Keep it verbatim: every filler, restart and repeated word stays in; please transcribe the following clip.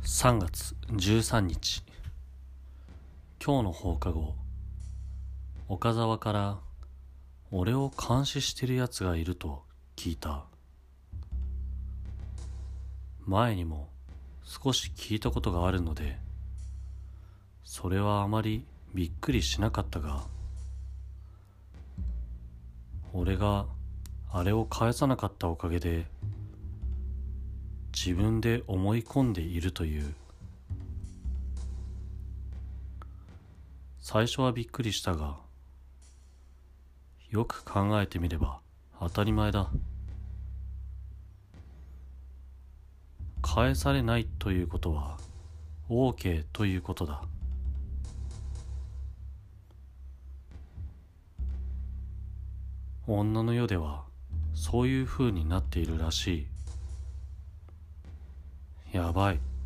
さんがつじゅうさんにち、今日の放課後、岡沢から俺を監視してるやつがいると聞いた。前にも少し聞いたことがあるので、それはあまりびっくりしなかったが、俺があれを返さなかったおかげで自分で思い込んでいるという。最初はびっくりしたが、よく考えてみれば当たり前だ。返されないということは OK ということだ。女の世ではそういう風になっているらしい。やばい。